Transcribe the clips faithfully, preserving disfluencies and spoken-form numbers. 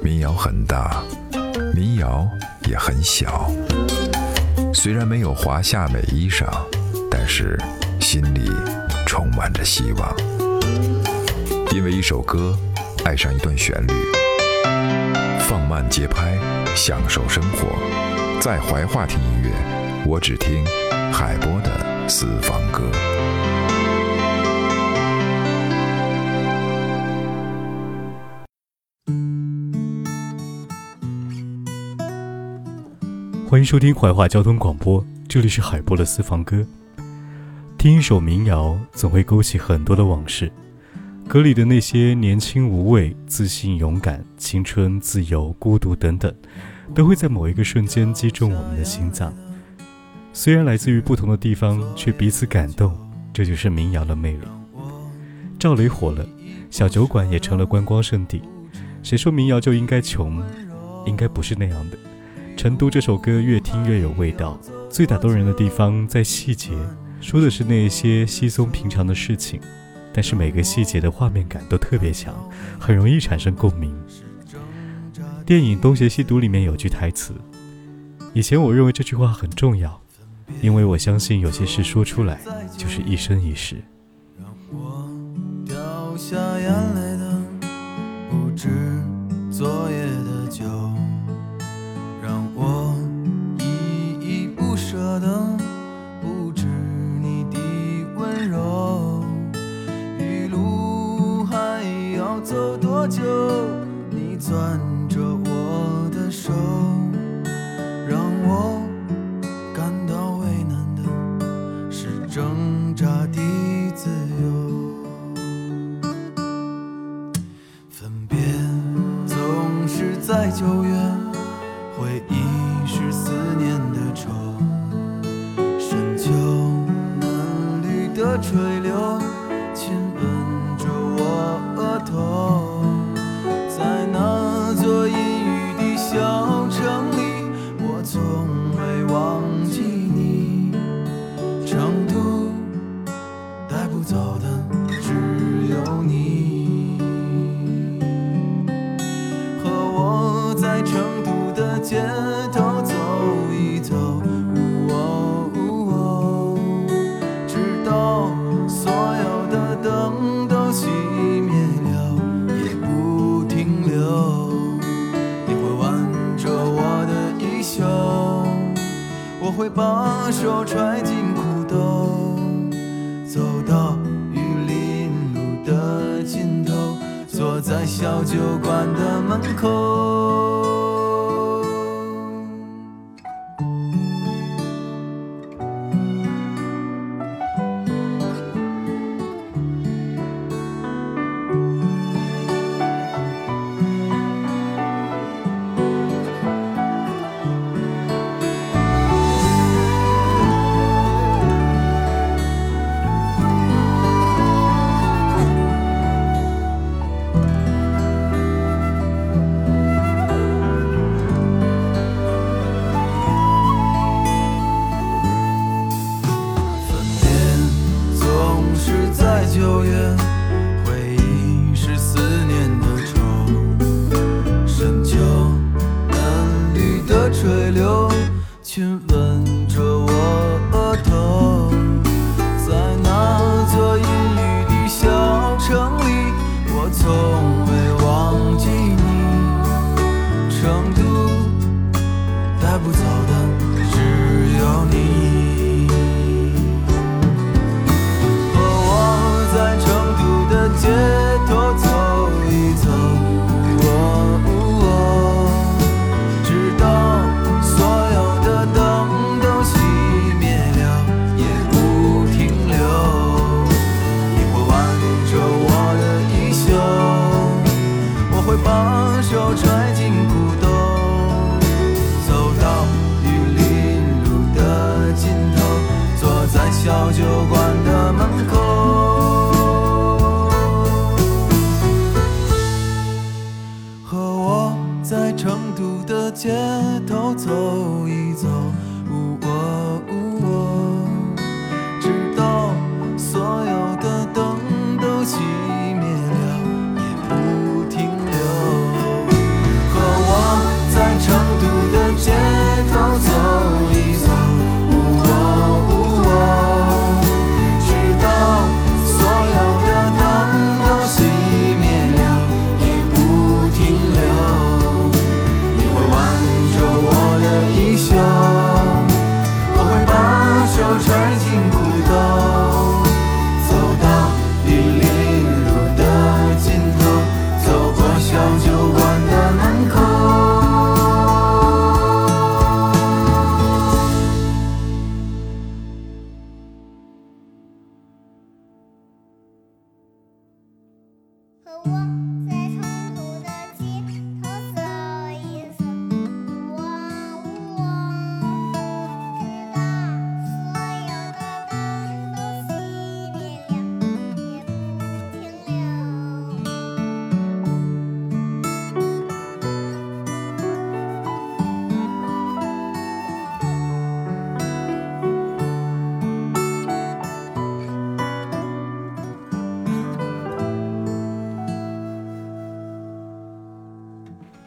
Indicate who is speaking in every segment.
Speaker 1: 民谣很大，民谣也很小。虽然没有华夏美衣裳，但是心里充满着希望。因为一首歌，爱上一段旋律，放慢节拍，享受生活。在怀化听音乐，我只听海波的私房歌。
Speaker 2: 欢迎收听怀化交通广播，这里是海波的私房歌。听一首民谣，总会勾起很多的往事。歌里的那些年轻无畏、自信勇敢、青春自由、孤独等等，都会在某一个瞬间击中我们的心脏。虽然来自于不同的地方，却彼此感动，这就是民谣的魅力。赵雷火了，小酒馆也成了观光胜地。谁说民谣就应该穷？应该不是那样的。成都这首歌越听越有味道，最打动人的地方在细节，说的是那些稀松平常的事情，但是每个细节的画面感都特别强，很容易产生共鸣。电影《东邪西毒》里面有句台词，以前我认为这句话很重要，因为我相信有些事说出来就是一生一世。
Speaker 3: 让我掉下眼泪的不止昨夜的酒，让我依依不舍的不止你的温柔。一路还要走多久，你攥着我的手，让我感到为难的是挣扎的自由。分别总是在九月，回忆是思念的愁，深秋嫩绿的垂柳亲吻着我额头，在那座阴雨的小城里，我从未忘记你。成都带不走的只有你，和我在成都的街头走一走，哦哦，直到所有的灯都熄灭了也不停留。你会挽着我的衣袖，我会把手揣进裤兜，走到玉林路的尽头，坐在小酒馆的门口。九月，回忆是思念的愁，深秋嫩绿的垂柳亲吻着我额头，在那座阴雨的小城里，我从未忘记你。成都带不走的只有你。街头走一走，哦哦，直到所有的灯都熄灭了也不停留。你会挽着我的衣袖，我会把手揣进裤兜，走到玉林路的尽头，坐在小酒馆的门口。在成都的街头走一走，哦哦哦，直到所有的灯都熄灭了也不停留。和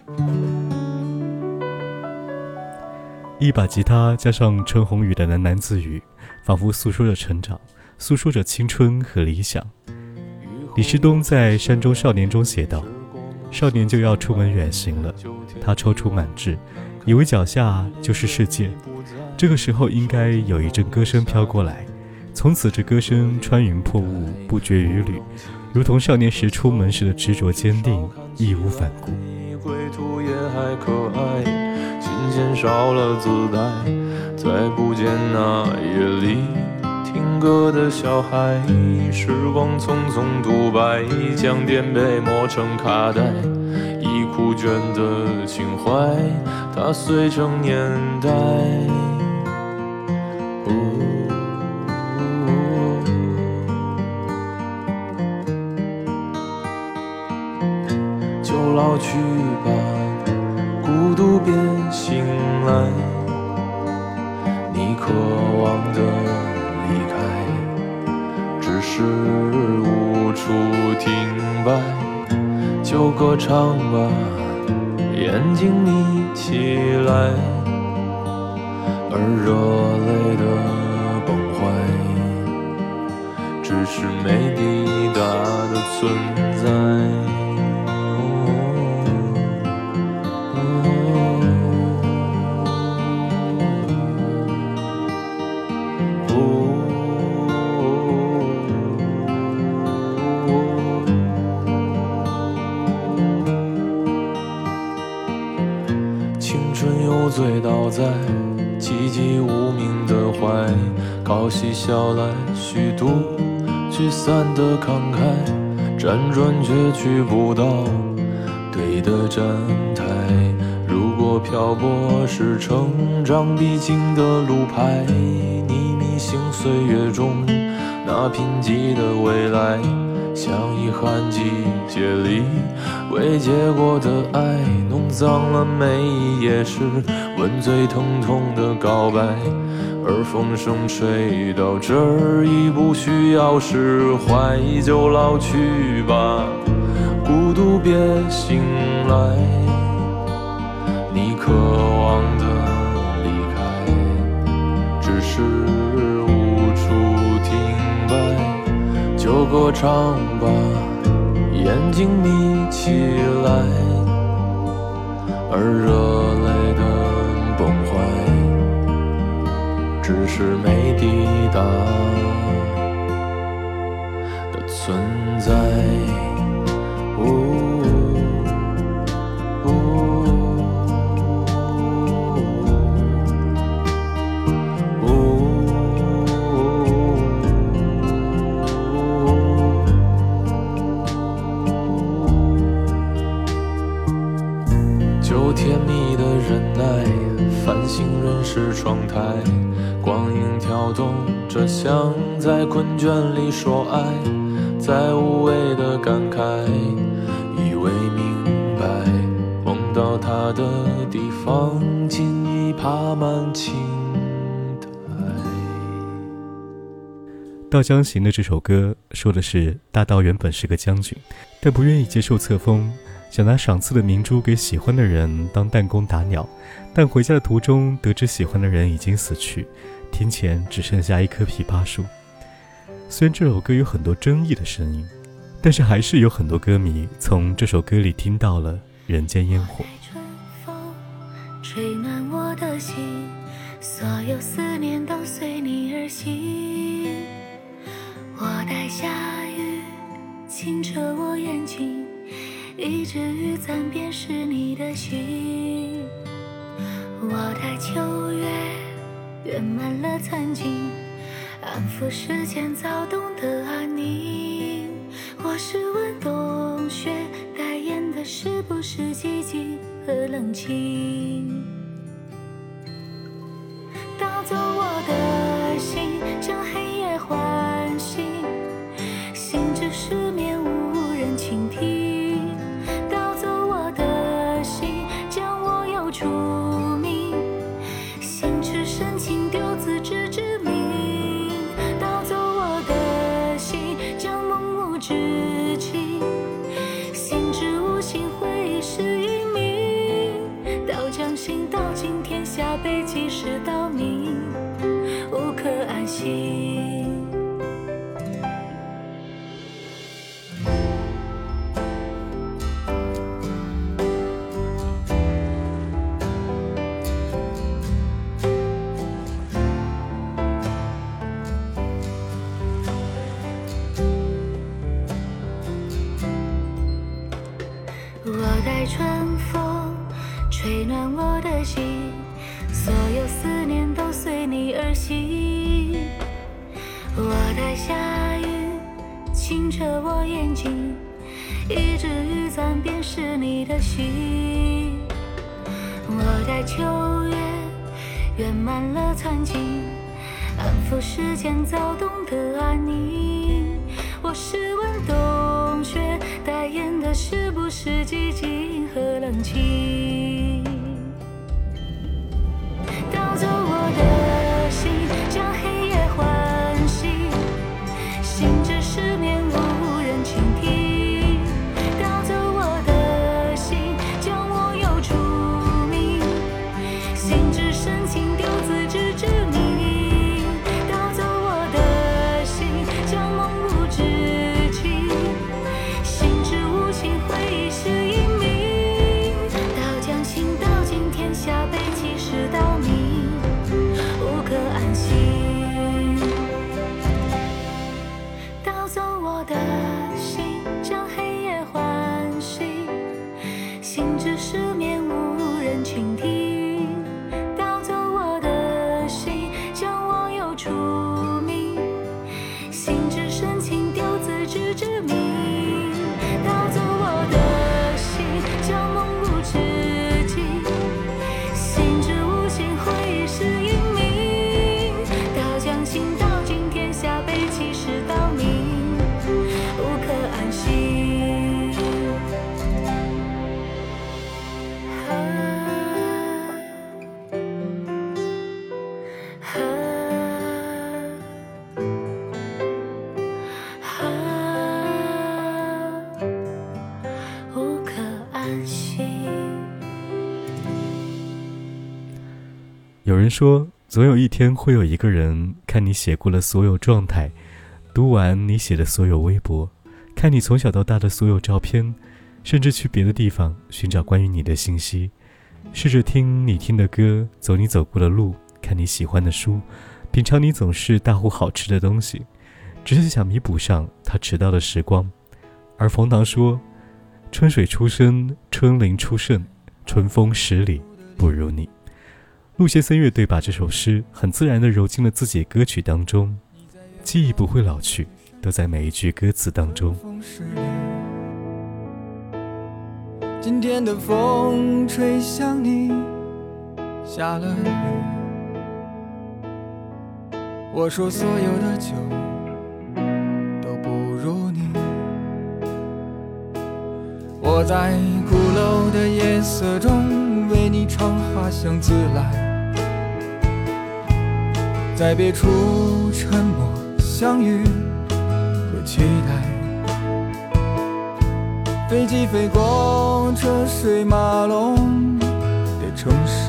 Speaker 2: 一把吉他加上陈鸿宇的喃喃自语，仿佛诉说着成长，诉说着青春和理想。李师东在《山中少年》中写道，少年就要出门远行了，他踌躇满志，以为脚下就是世界，这个时候应该有一阵歌声飘过来，从此这歌声穿云破雾，不绝于缕，如同少年时出门时的执着坚定，义无反顾。
Speaker 4: 归途也还可爱，琴弦少了姿态，再不见那夜里听歌的小孩。时光匆匆独白，将颠沛磨成卡带，已枯卷的情怀，它碎成年代。就老去吧，孤独别醒来，你渴望的离开，只是无处停摆。就歌唱吧，眼睛眯起来，而热泪的崩坏，只是没抵达的存在。醉倒在寂寂无名的怀，靠嬉笑来虚度聚散的慷慨，辗转却去不到对的站台。如果漂泊是成长必经的路牌，你迷信岁月中那贫瘠的未来，像遗憾季节里未结果的爱，弄脏了每一页是吻最疼痛的告白。而风声吹到这儿已不需要释怀，就老去吧，孤独别醒来，你渴望的离开，只是无处停摆。就歌唱吧，眼睛眯起来，而热泪的崩坏，只是没抵达的存在。哦甜蜜的忍耐，繁星人世窗台，光影跳动着像在困倦里说爱，在无谓的感慨，以为明白，梦到他的地方尽已爬满青苔。
Speaker 2: 到江行的这首歌说的是大道原本是个将军，但不愿意接受册封，想拿赏赐的明珠给喜欢的人当弹弓打鸟，但回家的途中得知喜欢的人已经死去，庭前只剩下一棵枇杷树。虽然这首歌有很多争议的声音，但是还是有很多歌迷从这首歌里听到了人间烟火。
Speaker 5: 春风吹暖我的心，所有思念都随你而行。我带下雨，清澈我眼睛，一只雨伞便是你的心。我带秋月，圆满了曾经，安抚世间躁动的安宁。我是问冬雪，代言的是不是寂静和冷清？盗走我的心，将黑夜唤醒，心知失眠无人倾听。盗走我的心，将我又除名，心驰深情丢自知之明。盗走我的心，将梦无知情，心知无心回忆是一谜。 心。我待春风吹暖我的心，所有思念都随你而行。我待夏雨清澈我眼睛，一支雨伞便是你的心。我待秋月圆满了残景，安抚世间躁动的安宁。我试问冬雪代言的是不是寂静和冷清？盗走我的心，将黑夜唤醒，心知失眠无人倾听。盗走我的心，将我又除名，心知深情丢自知之明。盗走我的心，将梦无止境，心知无情回忆是隐秘。到将心到尽天下悲泣是道明，无可安心。盗走我的心，将黑夜唤醒，心知失眠无人倾听。盗走我的心，将我又除名，心知深情丢自知之明。盗走我的心，将梦无止境，心知无情回忆是隐秘。到将心到尽天下悲泣是道明，无可安心。啊啊啊无可安心。
Speaker 2: 有人说，总有一天会有一个人看你写过了所有状态，读完你写的所有微博，看你从小到大的所有照片，甚至去别的地方寻找关于你的信息，试着听你听的歌，走你走过的路，看你喜欢的书，品尝你总是大呼好吃的东西，只是想弥补上他迟到的时光。而冯唐说，春水初生，春林初盛，春风十里不如你。陆协森乐队把这首诗很自然地揉进了自己歌曲当中，记忆不会老去，都在每一句歌词当中。
Speaker 3: 今天的风吹向你，下了雨。我说所有的酒都不如你。我在鼓楼的夜色中为你唱花香自来，在别处沉默相遇和期待。飞机飞过车水马龙的城市，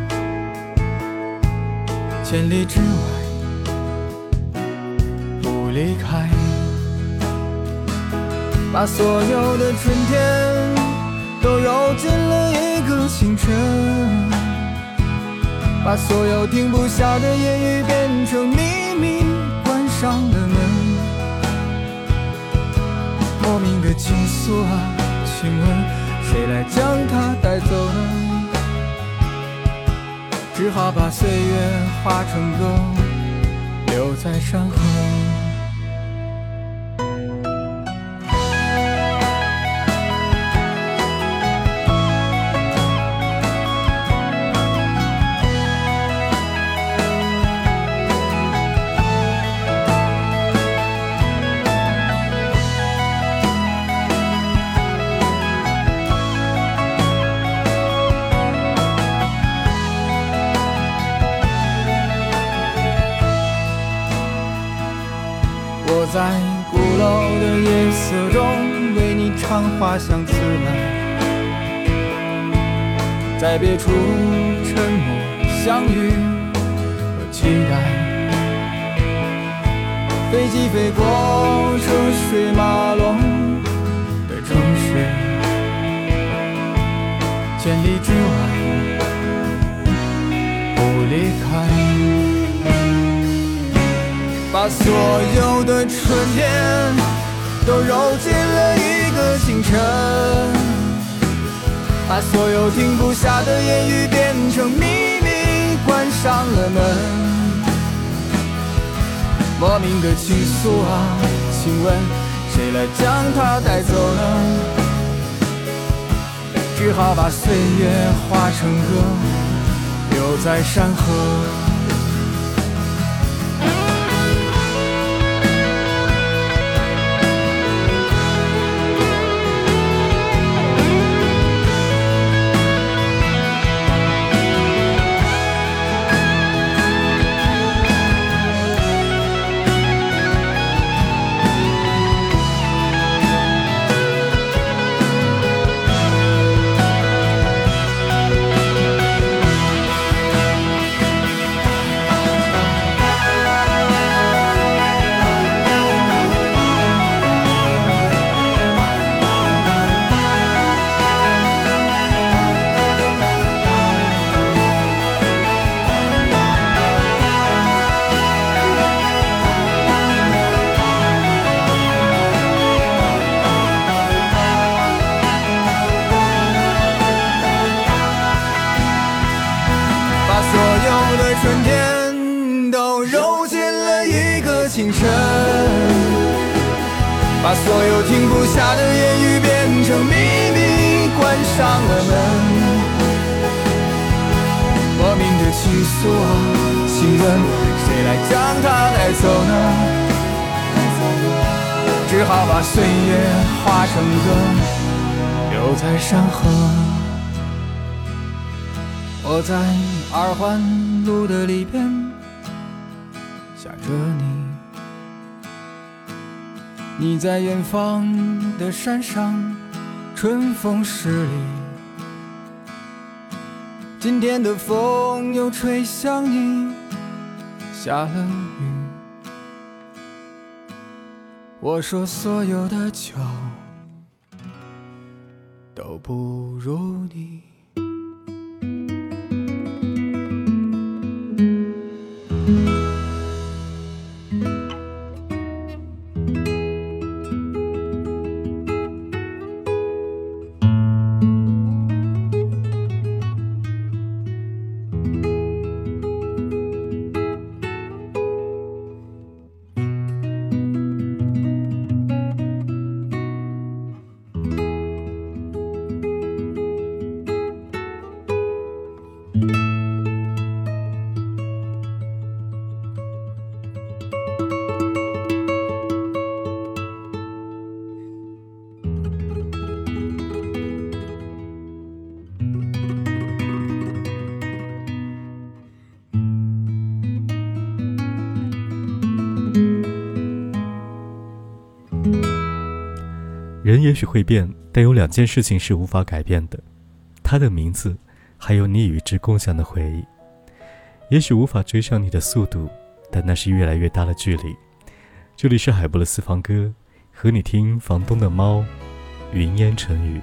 Speaker 3: 千里之外不离开。把所有的春天都揉进了一个清晨，把所有停不下的言语变成秘密，关上了门。莫名的情愫啊，请问谁来将它带走呢？只好把岁月化成歌，留在山河。我在鼓楼的夜色中为你唱花香自来，在别处沉默相遇和期待。 飞机飞过车水马龙的城市，千里之外不离开，把所有的春天都揉进了一个清晨，把所有停不下的言语变成秘密，关上了门。莫名的倾诉啊，请问谁来将它带走呢？只好把岁月化成歌，留在山河。春天都揉进了一个清晨，把所有停不下的言语变成秘密，关上了门。莫名的倾诉啊，请问谁来将它带走呢？只好把岁月化成歌，留在山河。我在二环路的里边想着你，你在远方的山上春风十里，今天的风又吹向你，下了雨。我说所有的酒都不如你。
Speaker 2: 人也许会变，但有两件事情是无法改变的，他的名字，还有你与之共享的回忆。也许无法追上你的速度，但那是越来越大的距离。这里是海波的私房歌，和你听房东的猫，云烟成雨。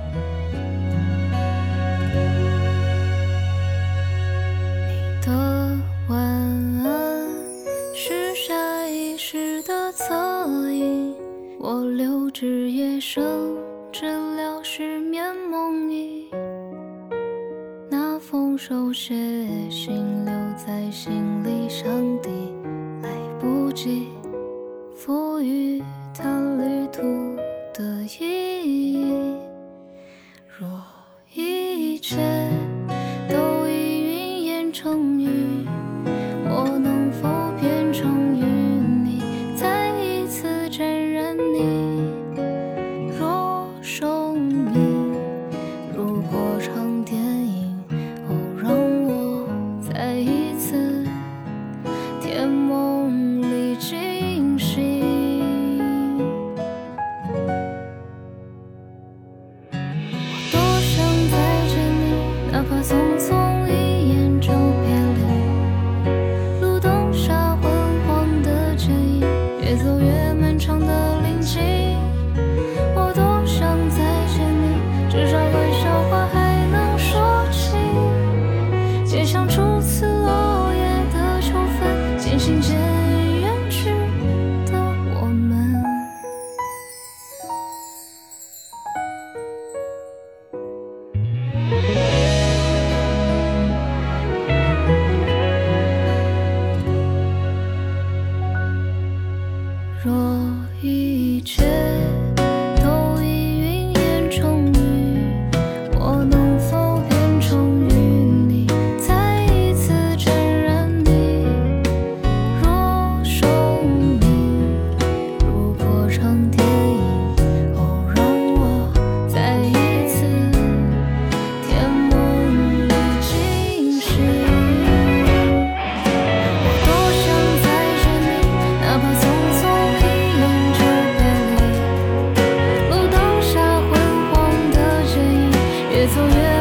Speaker 5: 你的晚安是下意识的侧影，我留至夜深，治疗失眠梦呓。那封手写信留在行李箱底，来不及赋予它旅途的意义。若一切都已云烟成雨，我能否变成与你再一次沾染你若生命？如果场电影，哦，让我再一次甜梦里惊醒。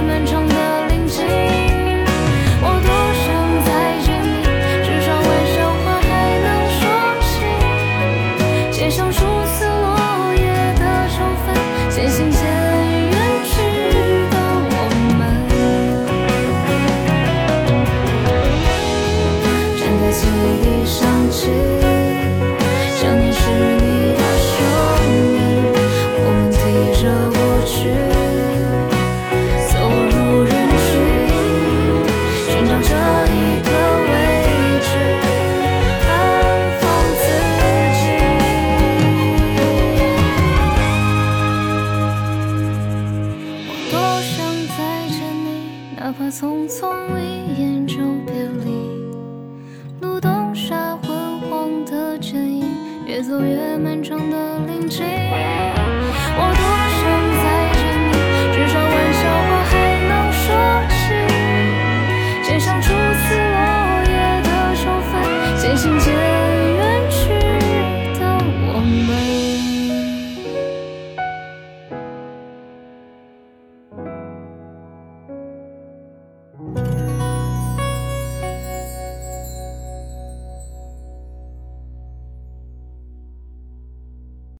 Speaker 5: 漫长的临近。我多想再见你，至少玩笑话还能说起。街上初次落叶的秋分，渐行渐远，直到我们站在青泥地上起。想念是你的双眼，我们提着过去，走入人群，寻找这一个位置，安放自己。我多想再见你，哪怕匆匆一眼就别离。路灯下昏黄的剪影，越走越漫长的临近。我多